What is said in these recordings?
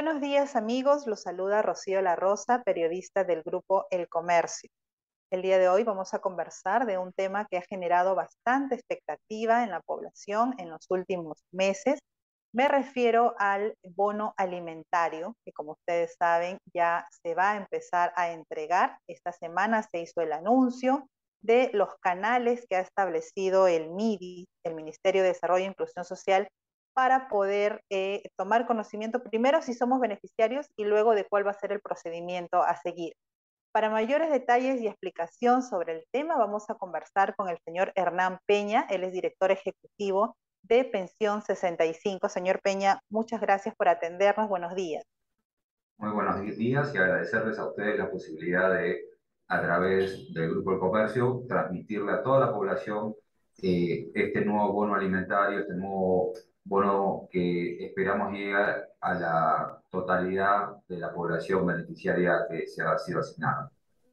Buenos días amigos, los saluda Rocío La Rosa, periodista del grupo El Comercio. El día de hoy vamos a conversar de un tema que ha generado bastante expectativa en la población en los últimos meses. Me refiero al bono alimentario, que como ustedes saben ya se va a empezar a entregar. Esta semana se hizo el anuncio de los canales que ha establecido el MIDI, el Ministerio de Desarrollo e Inclusión Social, para poder tomar conocimiento primero si somos beneficiarios y luego de cuál va a ser el procedimiento a seguir. Para mayores detalles y explicación sobre el tema, vamos a conversar con el señor Hernán Peña. Él es director ejecutivo de Pensión 65. Señor Peña, muchas gracias por atendernos. Buenos días. Muy buenos días y agradecerles a ustedes la posibilidad de, a través del Grupo del Comercio, transmitirle a toda la población este nuevo bono alimentario, este nuevo bono que esperamos llegue a la totalidad de la población beneficiaria que se ha sido asignada.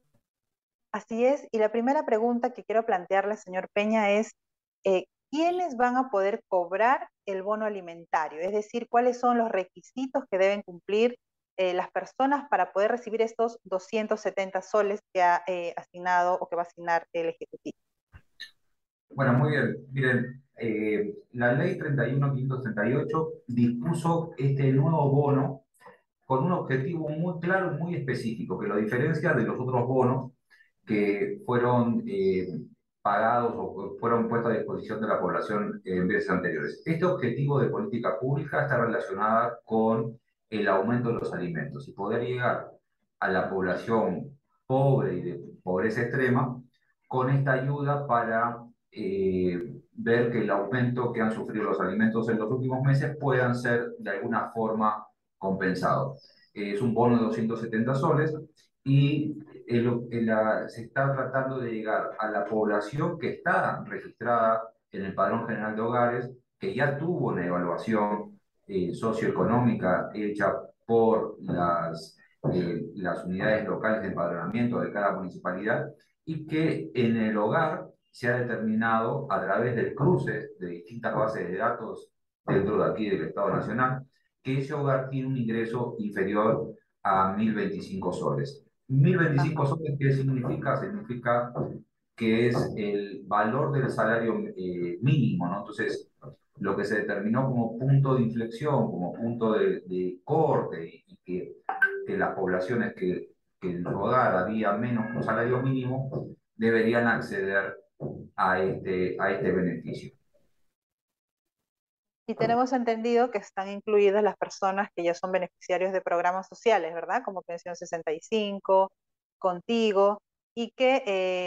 Así es. Y la primera pregunta que quiero plantearle, señor Peña, es ¿quiénes van a poder cobrar el bono alimentario? Es decir, ¿cuáles son los requisitos que deben cumplir las personas para poder recibir estos 270 soles que ha asignado o que va a asignar el Ejecutivo? Bueno, muy bien. Miren, la ley 31.538 dispuso este nuevo bono con un objetivo muy claro y muy específico, que lo diferencia de los otros bonos que fueron pagados o fueron puestos a disposición de la población en veces anteriores. Este objetivo de política pública está relacionado con el aumento de los alimentos y poder llegar a la población pobre y de pobreza extrema con esta ayuda para ver que el aumento que han sufrido los alimentos en los últimos meses puedan ser de alguna forma compensados. Es un bono de 270 soles y se está tratando de llegar a la población que está registrada en el Padrón General de Hogares, que ya tuvo una evaluación socioeconómica hecha por las unidades locales de empadronamiento de cada municipalidad y que en el hogar se ha determinado a través del cruce de distintas bases de datos dentro de aquí del Estado Nacional que ese hogar tiene un ingreso inferior a 1.025 soles. 1.025 soles, ¿qué significa? Significa que es el valor del salario mínimo, ¿no? Entonces, lo que se determinó como punto de inflexión, como punto de corte, y que las poblaciones que en su hogar había menos que un salario mínimo, deberían acceder a este beneficio. Y tenemos entendido que están incluidas las personas que ya son beneficiarios de programas sociales, ¿verdad? Como Pensión 65, Contigo, y que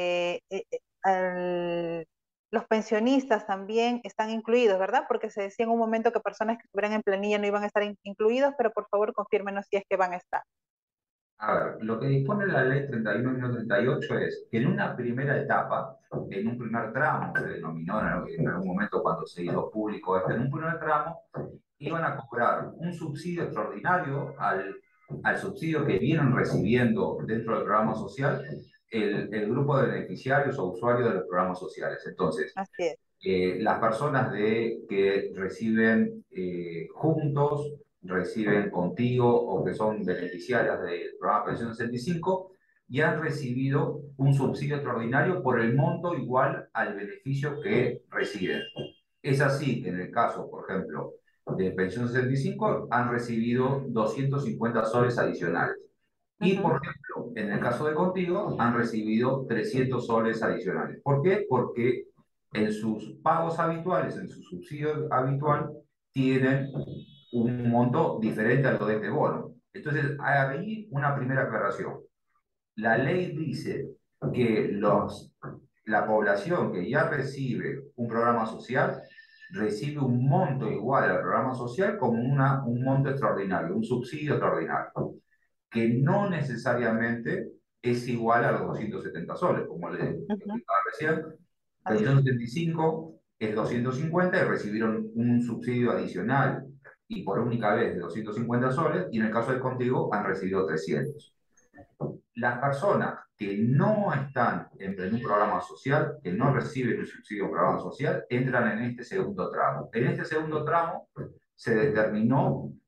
los pensionistas también están incluidos, ¿verdad? Porque se decía en un momento que personas que estuvieran en planilla no iban a estar incluidos, pero por favor confírmenos si es que van a estar. A ver, lo que dispone la ley 31.138 es que en una primera etapa, en un primer tramo, se denominó en algún momento cuando se hizo público esto, en un primer tramo, Sí. iban a cobrar un subsidio extraordinario al subsidio que vienen recibiendo dentro del programa social el grupo de beneficiarios o usuarios de los programas sociales. Entonces, Así es. las personas que reciben juntos, reciben contigo o que son beneficiarias del programa Pensión 65, ya han recibido un subsidio extraordinario por el monto igual al beneficio que reciben. Es así que en el caso, por ejemplo, de Pensión 65, han recibido 250 soles adicionales. Y, Ujú. por ejemplo, en el caso de Contigo, han recibido 300 soles adicionales. ¿Por qué? Porque en sus pagos habituales, en su subsidio habitual, tienen un monto diferente a lo de este bono. Entonces, hay una primera aclaración. La ley dice que la población que ya recibe un programa social recibe un monto igual al programa social como un monto extraordinario, un subsidio extraordinario, que no necesariamente es igual a los 270 soles, como le Ujú. explicaba recién. Así Pensión es. 75 es 250 y recibieron un subsidio adicional y por única vez de 250 soles, y en el caso de Contigo han recibido 300. Las personas que no están en un programa social, que no reciben un subsidio de un programa social, entran en este segundo tramo. En este segundo tramo se determinó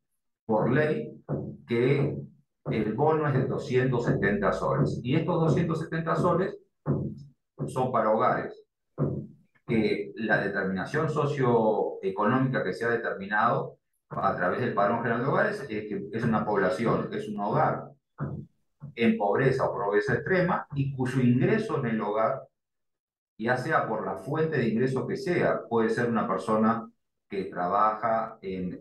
por ley que el bono es de 270 soles. Y estos 270 soles son para hogares que la determinación socioeconómica que se ha determinado a través del Padrón General de Hogares es que es una población, es un hogar en pobreza o pobreza extrema y cuyo ingreso en el hogar, ya sea por la fuente de ingreso que sea, puede ser una persona que trabaja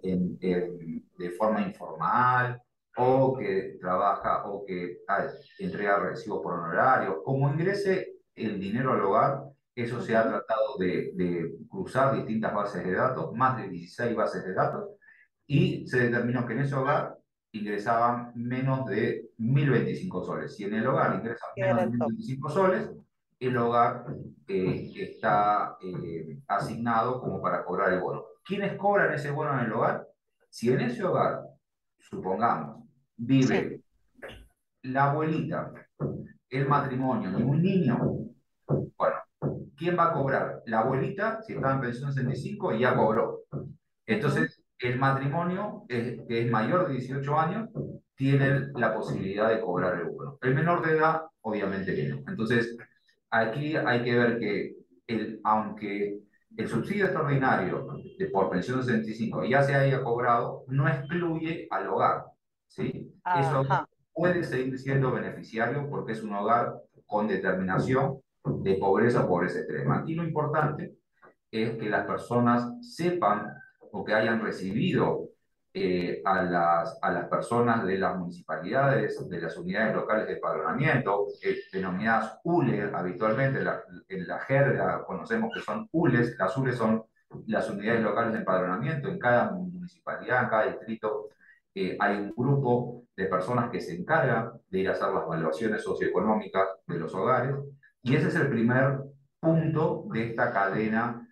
de forma informal o que trabaja o que entrega recibos por honorario, como ingrese el dinero al hogar, eso se ha Ujú. tratado de cruzar distintas bases de datos, más de 16 bases de datos, y se determinó que en ese hogar ingresaban menos de 1.025 soles. Si en el hogar ingresan Que menos era de el top. 1.025 soles, el hogar está asignado como para cobrar el bono. ¿Quiénes cobran ese bono en el hogar? Si en ese hogar, supongamos, Sí. vive la abuelita, el matrimonio y un niño, bueno, ¿quién va a cobrar? La abuelita, si estaba en pensión 65, ya cobró. Ujú. Entonces, el matrimonio, que es mayor de 18 años, tiene la posibilidad de cobrar el bono. El menor de edad, obviamente que no. Entonces, aquí hay que ver que, aunque el subsidio extraordinario por pensión de 65 ya se haya cobrado, no excluye al hogar, ¿sí? Ese hogar Ajá. puede seguir siendo beneficiario porque es un hogar con determinación de pobreza o pobreza extrema. Y lo importante es que las personas sepan o que hayan recibido a las personas de las municipalidades, de las unidades locales de empadronamiento, denominadas ULE habitualmente, en la jerga conocemos que son ULES, las ULES son las unidades locales de empadronamiento, en cada municipalidad, en cada distrito hay un grupo de personas que se encargan de ir a hacer las evaluaciones socioeconómicas de los hogares, y ese es el primer punto de esta cadena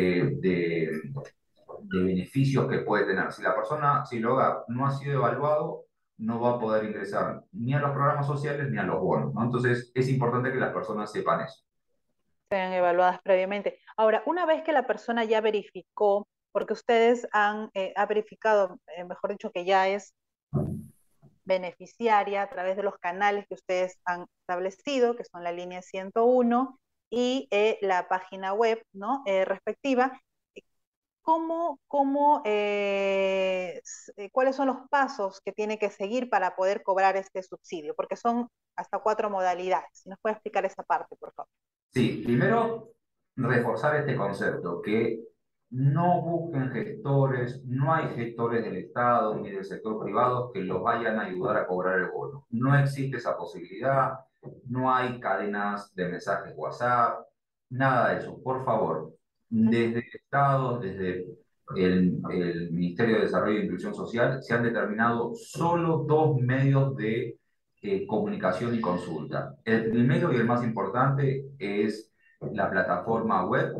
de beneficios que puede tener. Si la persona, si el hogar no ha sido evaluado, no va a poder ingresar ni a los programas sociales ni a los bonos, ¿no? Entonces, es importante que las personas sepan eso. Sean evaluadas previamente. Ahora, una vez que la persona ya verificó, porque ustedes ha verificado, mejor dicho, que ya es beneficiaria a través de los canales que ustedes han establecido, que son la línea 101 y la página web, ¿no? Respectiva. ¿Cuáles son los pasos que tiene que seguir para poder cobrar este subsidio? Porque son hasta 4 modalidades. Si nos puede explicar esa parte, por favor. Sí, primero reforzar este concepto, que no busquen gestores, no hay gestores del Estado ni del sector privado que los vayan a ayudar a cobrar el bono. No existe esa posibilidad, no hay cadenas de mensajes WhatsApp, nada de eso. Por favor, desde el Estado, desde el Ministerio de Desarrollo e Inclusión Social, se han determinado solo dos medios de comunicación y consulta. El primero y el más importante es la plataforma web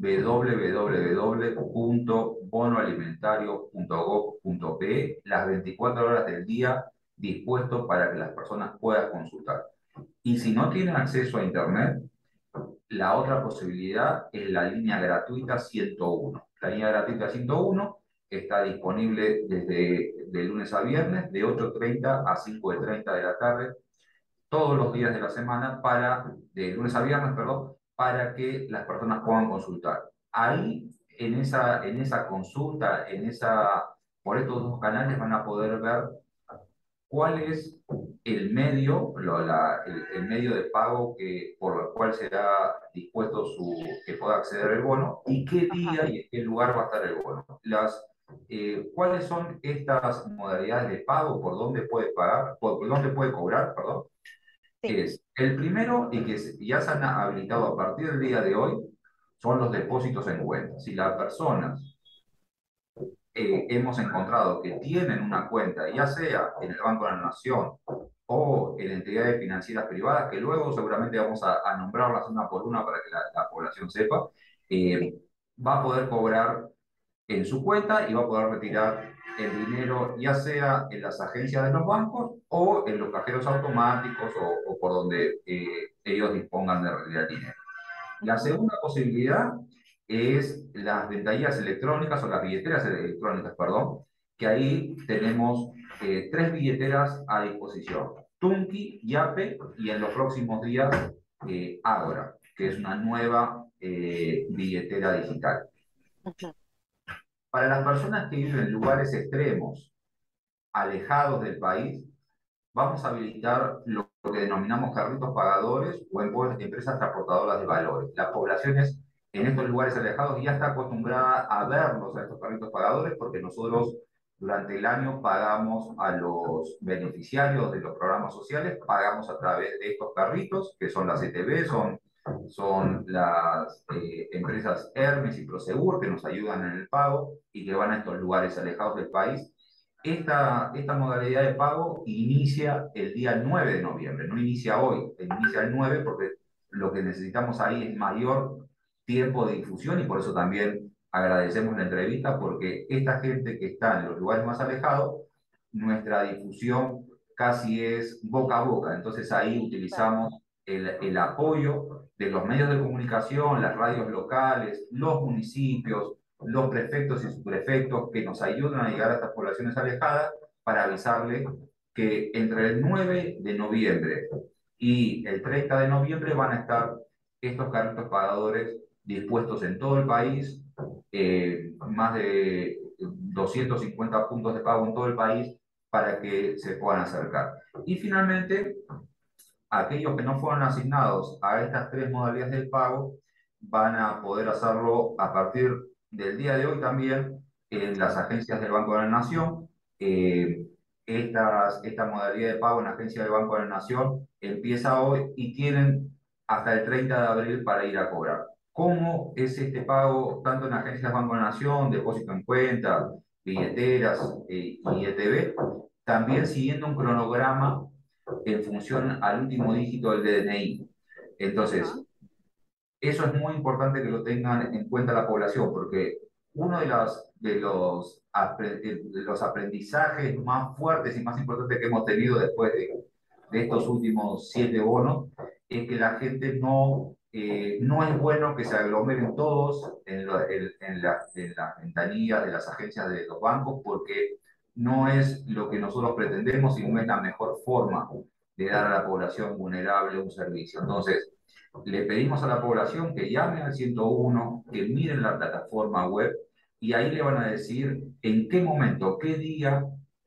www.bonoalimentario.gov.pe, las 24 horas del día dispuesto para que las personas puedan consultar. Y si no tienen acceso a Internet, la otra posibilidad es la línea gratuita 101. La línea gratuita 101 está disponible desde de lunes a viernes, de 8:30 a 5:30 de la tarde, todos los días de la semana, de lunes a viernes, perdón, para que las personas puedan consultar. Ahí, en esa consulta, por estos dos canales van a poder ver cuál es el medio, el medio de pago por el cual será dispuesto que pueda acceder el bono y qué Ajá, día y en qué lugar va a estar el bono. ¿Cuáles son estas modalidades de pago? ¿Por dónde puede pagar? ¿Por dónde puede cobrar? Perdón. sí. Es el primero y que ya se han habilitado a partir del día de hoy son los depósitos en cuenta. Si las personas hemos encontrado que tienen una cuenta, ya sea en el Banco de la Nación o en entidades financieras privadas, que luego seguramente vamos a nombrarlas una por una para que la población sepa, Sí. eh, va a poder cobrar en su cuenta y va a poder retirar el dinero ya sea en las agencias de los bancos o en los cajeros automáticos o por donde ellos dispongan de retirar el dinero. La Ujú. segunda posibilidad es las ventanillas electrónicas o las billeteras electrónicas, perdón, que ahí tenemos tres billeteras a disposición: Tunki, Yape y en los próximos días Ágora, que es una nueva billetera digital. Ujú. Para las personas que viven en lugares extremos, alejados del país, vamos a habilitar lo que denominamos carritos pagadores o empresas transportadoras de valores. Las poblaciones en estos lugares alejados ya está acostumbrada a verlos a estos carritos pagadores porque nosotros durante el año pagamos a los beneficiarios de los programas sociales, pagamos a través de estos carritos, que son las ETB, son las empresas Hermes y Prosegur que nos ayudan en el pago y que van a estos lugares alejados del país. Esta modalidad de pago inicia el día 9 de noviembre, no inicia hoy, inicia el 9 porque lo que necesitamos ahí es mayor tiempo de difusión y por eso también agradecemos la entrevista porque esta gente que está en los lugares más alejados, nuestra difusión casi es boca a boca, entonces ahí Claro. utilizamos el apoyo de los medios de comunicación, las radios locales, los municipios, los prefectos y subprefectos que nos ayudan a llegar a estas poblaciones alejadas para avisarles que entre el 9 de noviembre y el 30 de noviembre van a estar estos carritos pagadores dispuestos en todo el país, más de 250 puntos de pago en todo el país para que se puedan acercar. Y finalmente, aquellos que no fueron asignados a estas tres modalidades de pago van a poder hacerlo a partir del día de hoy también en las agencias del Banco de la Nación. Eh, esta modalidad de pago en la agencia del Banco de la Nación empieza hoy y tienen hasta el 30 de abril para ir a cobrar. ¿Cómo es este pago tanto en agencias del Banco de la Nación, depósito en cuenta, billeteras y ETB? También siguiendo un cronograma en función al último dígito del DNI. Ajá. Entonces, eso es muy importante que lo tengan en cuenta la población, porque uno de los aprendizajes más fuertes y más importantes que hemos tenido después de estos últimos 7 bonos es que la gente no es bueno que se aglomeren todos en las ventanillas de las agencias de los bancos, porque no es lo que nosotros pretendemos y no es la mejor forma de dar a la población vulnerable un servicio. Entonces, le pedimos a la población que llamen al 101, que miren la plataforma web y ahí le van a decir en qué momento, qué día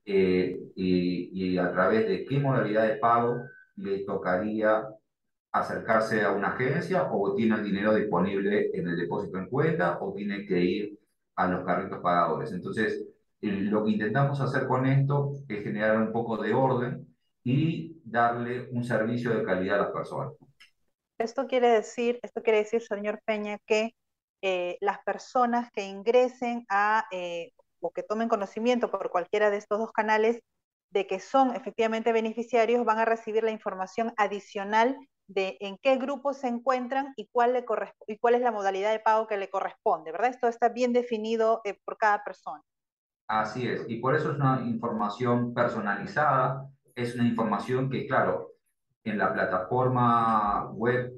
y a través de qué modalidad de pago le tocaría acercarse a una agencia o tiene el dinero disponible en el depósito en cuenta o tiene que ir a los carritos pagadores. Entonces, lo que intentamos hacer con esto es generar un poco de orden y darle un servicio de calidad a las personas. Esto quiere decir, señor Peña, que las personas que ingresen o que tomen conocimiento por cualquiera de estos dos canales de que son efectivamente beneficiarios van a recibir la información adicional de en qué grupo se encuentran y y cuál es la modalidad de pago que le corresponde, ¿verdad? Esto está bien definido por cada persona. Así es, y por eso es una información personalizada, es una información que, claro, en la plataforma web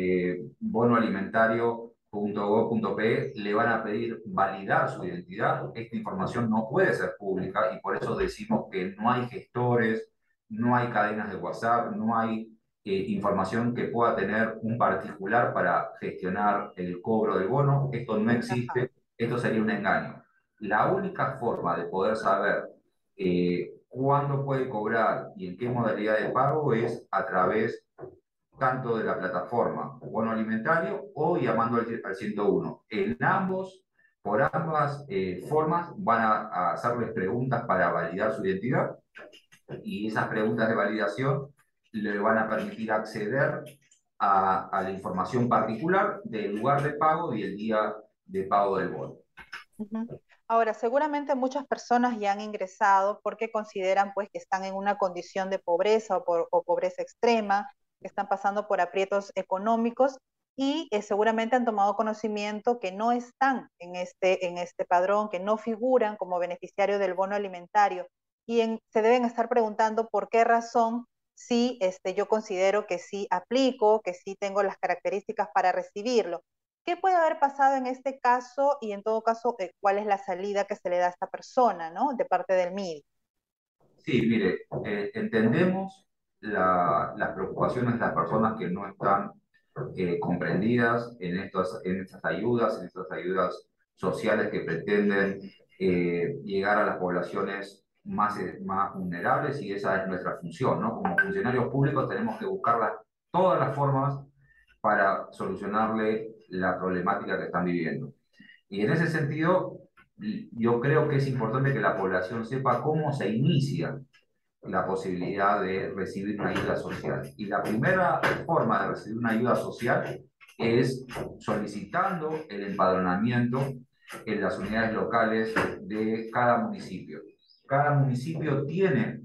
bonoalimentario.gov.pe le van a pedir validar su identidad. Esta información no puede ser pública y por eso decimos que no hay gestores, no hay cadenas de WhatsApp, no hay información que pueda tener un particular para gestionar el cobro del bono. Esto no Ajá. existe, esto sería un engaño. La única forma de poder saber cuándo puede cobrar y en qué modalidad de pago es a través tanto de la plataforma Bono Alimentario o llamando al 101. Por ambas formas, van a hacerles preguntas para validar su identidad y esas preguntas de validación le van a permitir acceder a la información particular del lugar de pago y el día de pago del bono. Ujú. Ahora, seguramente muchas personas ya han ingresado porque consideran pues que están en una condición de pobreza o pobreza extrema, que están pasando por aprietos económicos y seguramente han tomado conocimiento que no están en este padrón, que no figuran como beneficiario del bono alimentario se deben estar preguntando por qué razón si yo considero que sí aplico, que sí tengo las características para recibirlo. ¿Qué puede haber pasado en este caso y en todo caso, cuál es la salida que se le da a esta persona, ¿no? De parte del MIDI. Sí, mire, entendemos las preocupaciones de las personas que no están comprendidas en estas ayudas sociales que pretenden llegar a las poblaciones más vulnerables, y esa es nuestra función, ¿no? Como funcionarios públicos tenemos que buscar todas las formas para solucionarle la problemática que están viviendo. Y en ese sentido, yo creo que es importante que la población sepa cómo se inicia la posibilidad de recibir una ayuda social. Y la primera forma de recibir una ayuda social es solicitando el empadronamiento en las unidades locales de cada municipio. Cada municipio tiene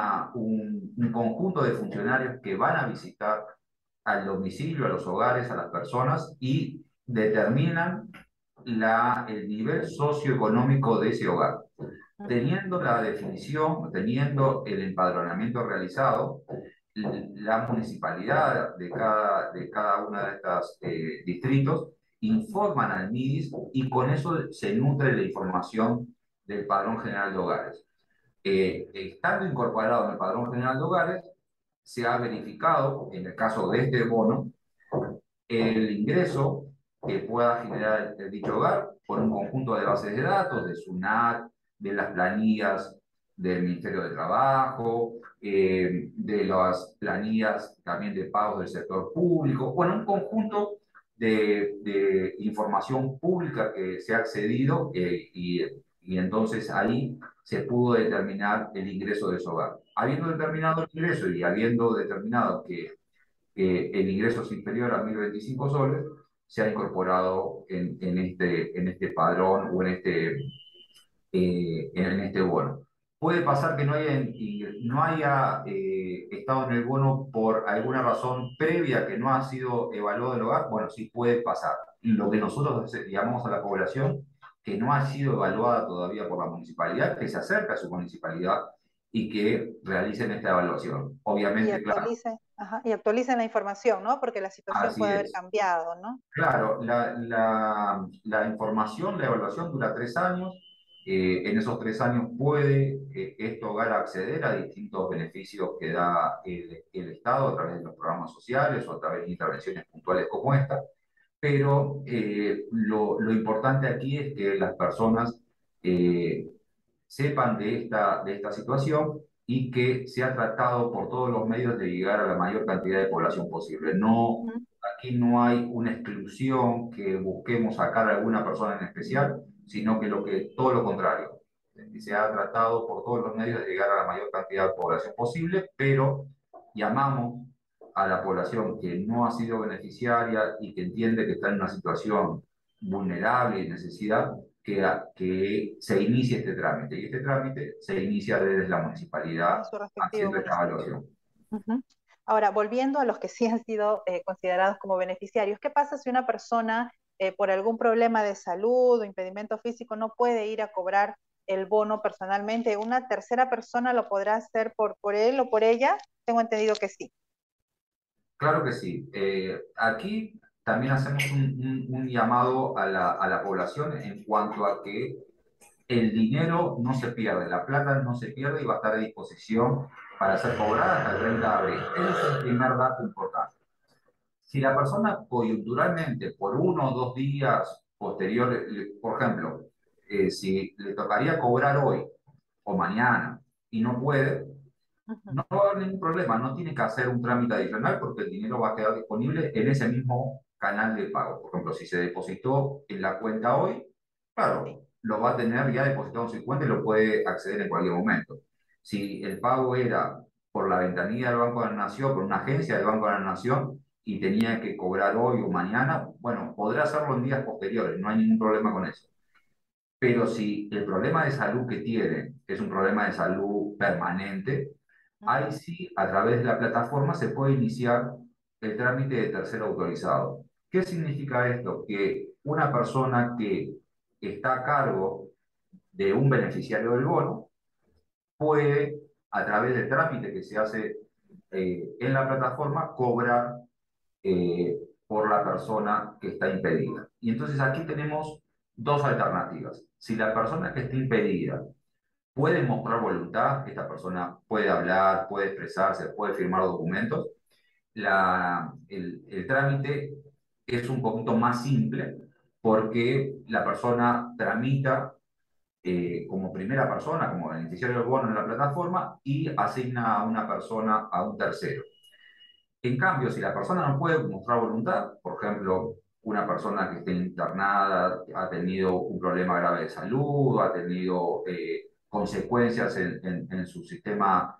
un conjunto de funcionarios que van a visitar al domicilio, a los hogares, a las personas, y determinan el nivel socioeconómico de ese hogar. Teniendo la definición, teniendo el empadronamiento realizado, la municipalidad de cada una de estas distritos informan al MIDIS, y con eso se nutre la información del Padrón General de Hogares. Estando incorporado en el Padrón General de Hogares, se ha verificado, en el caso de este bono, el ingreso que pueda generar dicho hogar por un conjunto de bases de datos, de SUNAT, de las planillas del Ministerio de Trabajo, de las planillas también de pagos del sector público, bueno, un conjunto de información pública que se ha accedido, y entonces ahí se pudo determinar el ingreso de ese hogar. Habiendo determinado el ingreso y habiendo determinado que el ingreso es inferior a 1.025 soles, se ha incorporado en este padrón o en este bono. Puede pasar que no haya estado en el bono por alguna razón previa que no ha sido evaluado el hogar. Bueno, sí puede pasar. Lo que nosotros llamamos a la población que no ha sido evaluada todavía por la municipalidad, que se acerca a su municipalidad y que realicen esta evaluación. Y Obviamente, claro, actualicen, ajá, y actualicen la información, ¿no? Porque la situación así puede haber es. cambiado, ¿no? Claro, la información, la evaluación dura 3 años. En esos 3 años puede este hogar acceder a distintos beneficios que da el Estado a través de los programas sociales o a través de intervenciones puntuales como esta. Pero lo importante aquí es que las personas eh, sepan de esta situación, y que se ha tratado por todos los medios de llegar a la mayor cantidad de población posible. No, Ujú. aquí no hay una exclusión que busquemos sacar a alguna persona en especial, sino que todo lo contrario. Se ha tratado por todos los medios de llegar a la mayor cantidad de población posible, pero llamamos a la población que no ha sido beneficiaria y que entiende que está en una situación vulnerable y de necesidad, que se inicie este trámite. Y este trámite se inicia desde la En municipalidad su respectivo haciendo esta municipio. evaluación. Ujú. Ahora, volviendo a los que sí han sido considerados como beneficiarios, ¿qué pasa si una persona por algún problema de salud o impedimento físico no puede ir a cobrar el bono personalmente? ¿Una tercera persona lo podrá hacer por él o por ella? Tengo entendido que sí. Claro que sí. Aquí también hacemos un llamado a la población en cuanto a que el dinero no se pierde, la plata no se pierde y va a estar a disposición para ser cobrada hasta el 30 de abril. Ese es el primer dato importante. Si la persona coyunturalmente, por 1 o 2 días posteriores, por ejemplo, si le tocaría cobrar hoy o mañana y no puede, Ujú. no va a haber ningún problema, no tiene que hacer un trámite adicional porque el dinero va a quedar disponible en ese mismo canal de pago. Por ejemplo, si se depositó en la cuenta hoy, Sí. claro, lo va a tener ya depositado en su cuenta y lo puede acceder en cualquier momento. Si el pago era por la ventanilla del Banco de la Nación, por una agencia del Banco de la Nación, y tenía que cobrar hoy o mañana, bueno, podrá hacerlo en días posteriores, no hay ningún problema con eso. Pero si el problema de salud que tiene es un problema de salud permanente, ahí Ujú. sí, a través de la plataforma se puede iniciar el trámite de tercero autorizado. ¿Qué significa esto? Que una persona que está a cargo de un beneficiario del bono puede, a través del trámite que se hace en la plataforma, cobrar eh, por la persona que está impedida. Y entonces aquí tenemos dos alternativas. Si la persona que está impedida puede mostrar voluntad, esta persona puede hablar, puede expresarse, puede firmar documentos, el trámite es un poquito más simple porque la persona tramita como primera persona, como beneficiario del bono en la plataforma y asigna a una persona a un tercero. En cambio, si la persona no puede mostrar voluntad, por ejemplo, una persona que esté internada, ha tenido un problema grave de salud, ha tenido consecuencias en su sistema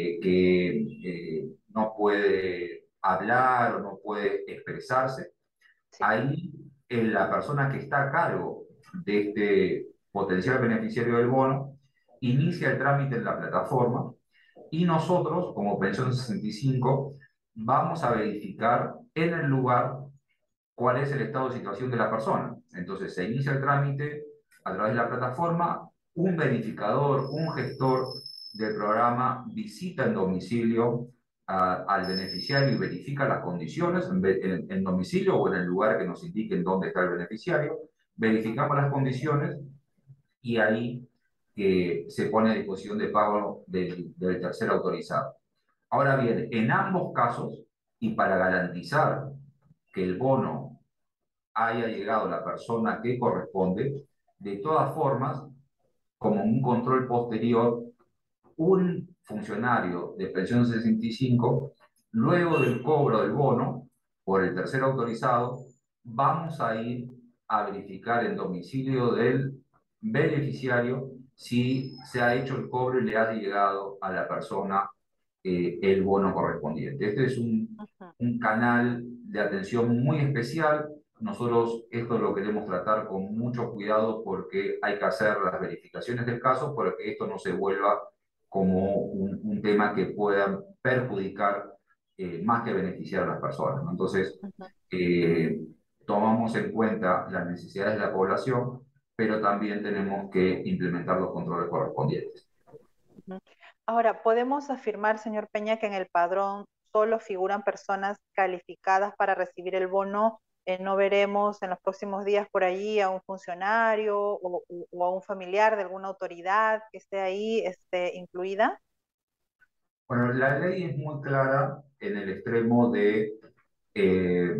que no puede hablar o no puede expresarse, Sí, ahí la persona que está a cargo de este potencial beneficiario del bono inicia el trámite en la plataforma y nosotros, como Pensión 65, vamos a verificar en el lugar cuál es el estado de situación de la persona. Entonces se inicia el trámite a través de la plataforma, un verificador, un gestor del programa visita en domicilio al beneficiario y verifica las condiciones en domicilio o en el lugar que nos indiquen dónde está el beneficiario. Verificamos las condiciones y ahí se pone a disposición de pago del tercer autorizado. Ahora bien, en ambos casos, y para garantizar que el bono haya llegado a la persona que corresponde, de todas formas, como un control posterior, un funcionario de pensión 65, luego del cobro del bono por el tercer autorizado, vamos a ir a verificar el domicilio del beneficiario si se ha hecho el cobro y le ha llegado a la persona el bono correspondiente. Este es ujú, un canal de atención muy especial. Nosotros esto lo queremos tratar con mucho cuidado porque hay que hacer las verificaciones del caso para que esto no se vuelva como un tema que pueda perjudicar más que beneficiar a las personas, ¿no? Entonces, ujú, eh, tomamos en cuenta las necesidades de la población, pero también tenemos que implementar los controles correspondientes. ujú. Ahora, ¿podemos afirmar, señor Peña, que en el padrón solo figuran personas calificadas para recibir el bono? ¿No veremos en los próximos días por allí a un funcionario o a un familiar de alguna autoridad que esté ahí incluida? Bueno, la ley es muy clara en el extremo de eh,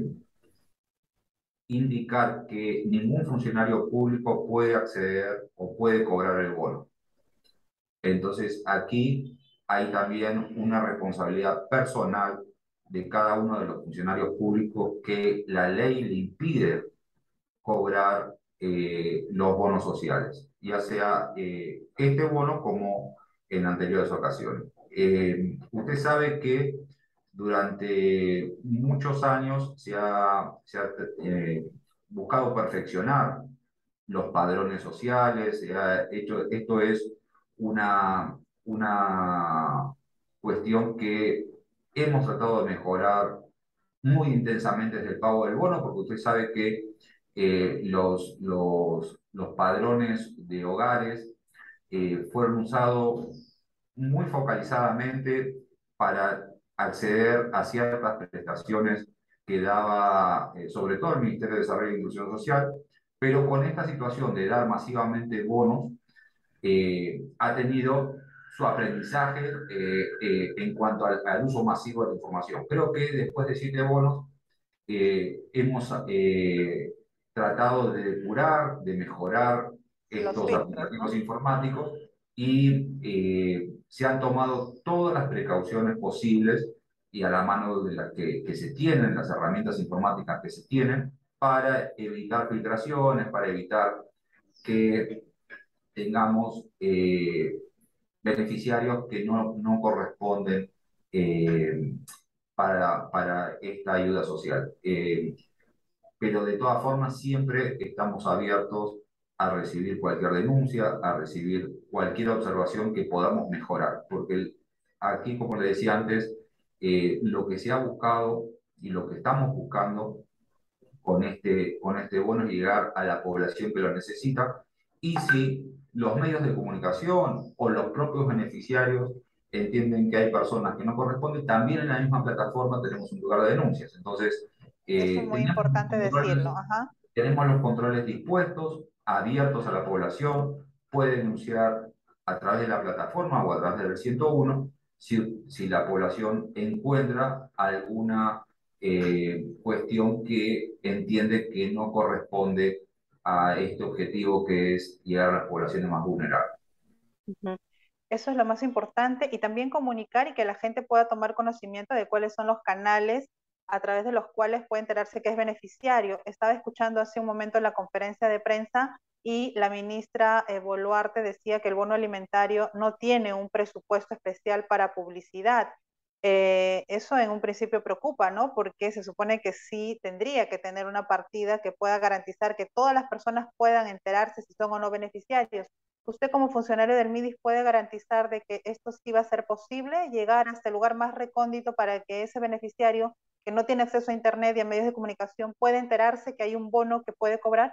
indicar que ningún funcionario público puede acceder o puede cobrar el bono. Entonces, aquí hay también una responsabilidad personal de cada uno de los funcionarios públicos que la ley le impide cobrar los bonos sociales, ya sea este bono como en anteriores ocasiones. Usted sabe que durante muchos años se ha buscado perfeccionar los padrones sociales, se ha hecho, esto es una cuestión que hemos tratado de mejorar muy intensamente desde el pago del bono, porque usted sabe que los padrones de hogares fueron usados muy focalizadamente para acceder a ciertas prestaciones que daba sobre todo el Ministerio de Desarrollo e Inclusión Social, pero con esta situación de dar masivamente bonos, ha tenido su aprendizaje en cuanto al uso masivo de la información. Creo que después de 7 bonos hemos tratado de depurar, de mejorar Los estos filtros, aplicativos ¿no? informáticos y se han tomado todas las precauciones posibles y a la mano de las que se tienen, las herramientas informáticas que se tienen, para evitar filtraciones, para evitar que tengamos beneficiarios que no corresponden eh, para esta ayuda social. Pero de todas formas siempre estamos abiertos a recibir cualquier denuncia, a recibir cualquier observación que podamos mejorar, porque aquí, como le decía antes, lo que se ha buscado y lo que estamos buscando con este bono es llegar a la población que lo necesita, y si los medios de comunicación o los propios beneficiarios entienden que hay personas que no corresponden, también en la misma plataforma tenemos un lugar de denuncias. Entonces, Eso es muy importante decirlo. Ajá. Tenemos los controles dispuestos, abiertos a la población, puede denunciar a través de la plataforma o a través del 101 si la población encuentra alguna cuestión que entiende que no corresponde a este objetivo que es llegar a las poblaciones más vulnerables. Ujú. Eso es lo más importante y también comunicar y que la gente pueda tomar conocimiento de cuáles son los canales a través de los cuales puede enterarse que es beneficiario. Estaba escuchando hace un momento la conferencia de prensa y la ministra Boluarte decía que el bono alimentario no tiene un presupuesto especial para publicidad. Eso en un principio preocupa, ¿no? Porque se supone que sí tendría que tener una partida que pueda garantizar que todas las personas puedan enterarse si son o no beneficiarios. ¿Usted como funcionario del MIDIS puede garantizar de que esto sí va a ser posible, llegar hasta el lugar más recóndito para que ese beneficiario que no tiene acceso a Internet y a medios de comunicación pueda enterarse que hay un bono que puede cobrar?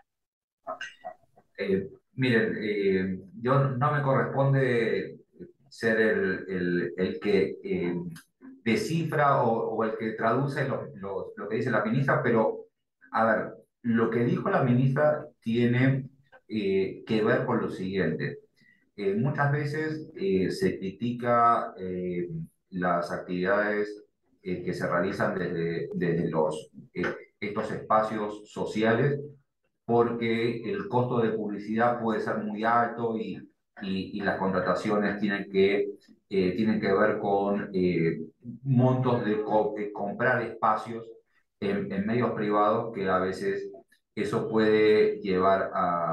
Miren, yo no me corresponde ser el que descifra o el que traduce lo que dice la ministra, pero a ver, lo que dijo la ministra tiene que ver con lo siguiente. Muchas veces se critica las actividades que se realizan desde estos espacios sociales porque el costo de publicidad puede ser muy alto y las contrataciones tienen que ver con montos de comprar espacios en medios privados que a veces eso puede llevar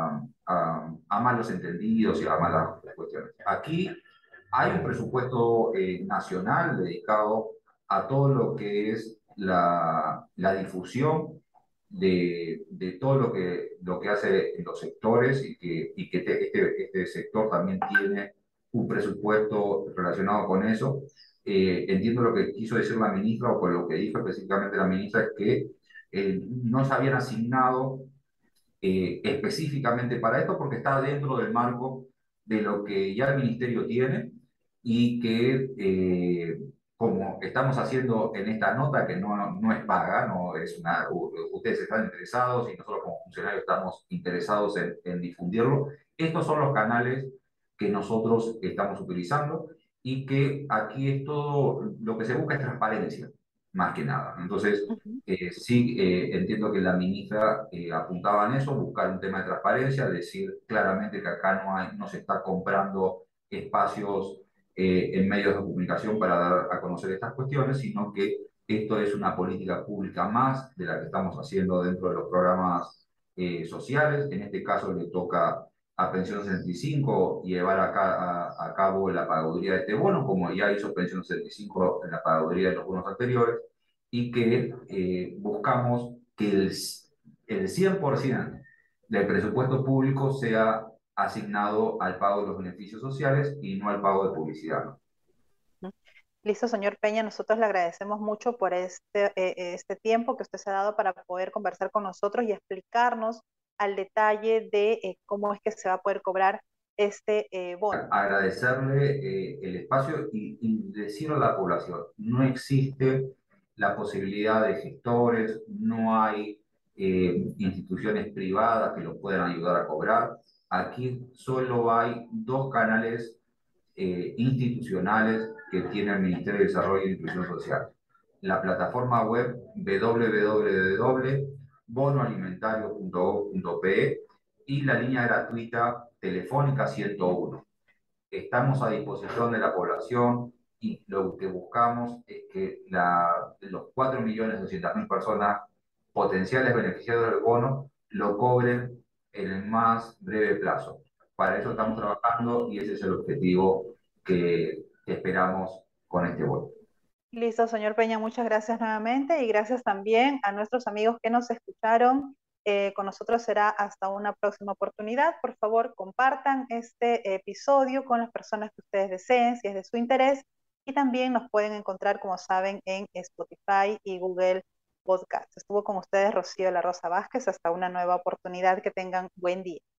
a malos entendidos y a malas cuestiones. Aquí hay un presupuesto nacional dedicado a todo lo que es la difusión de todo lo que hace los sectores y que este sector también tiene un presupuesto relacionado con eso. Entiendo lo que quiso decir la ministra o con lo que dijo específicamente la ministra es que no se habían asignado específicamente para esto porque está dentro del marco de lo que ya el ministerio tiene y que, como estamos haciendo en esta nota, que no es paga, no es ustedes están interesados y nosotros como funcionarios estamos interesados en difundirlo, estos son los canales que nosotros estamos utilizando y que aquí es todo, lo que se busca es transparencia, más que nada. Entonces, Uh -huh. sí, entiendo que la ministra apuntaba en eso, buscar un tema de transparencia, decir claramente que acá no se está comprando espacios en medios de comunicación para dar a conocer estas cuestiones, sino que esto es una política pública más de la que estamos haciendo dentro de los programas sociales. En este caso le toca a Pensión 65 llevar a cabo la pagaduría de este bono, como ya hizo Pensión 65 en la pagaduría de los bonos anteriores y que buscamos que el 100% del presupuesto público sea asignado al pago de los beneficios sociales y no al pago de publicidad, ¿no? Listo, señor Peña, nosotros le agradecemos mucho por este tiempo que usted se ha dado para poder conversar con nosotros y explicarnos al detalle de cómo es que se va a poder cobrar este bono. Agradecerle el espacio y decirle a la población, no existe la posibilidad de gestores, no hay instituciones privadas que lo puedan ayudar a cobrar. Aquí solo hay dos canales institucionales que tiene el Ministerio de Desarrollo e Inclusión Social. La plataforma web www.bonoalimentario.gov.pe y la línea gratuita telefónica 101. Estamos a disposición de la población y lo que buscamos es que los 4.200.000 personas potenciales beneficiarios del bono lo cobren en el más breve plazo. Para eso estamos trabajando y ese es el objetivo que esperamos con este bono. Listo, señor Peña, muchas gracias nuevamente y gracias también a nuestros amigos que nos escucharon. Con nosotros será hasta una próxima oportunidad. Por favor, compartan este episodio con las personas que ustedes deseen, si es de su interés. Y también nos pueden encontrar, como saben, en Spotify y Google Podcast. Estuvo con ustedes Rocío La Rosa Vázquez. Hasta una nueva oportunidad. Que tengan buen día.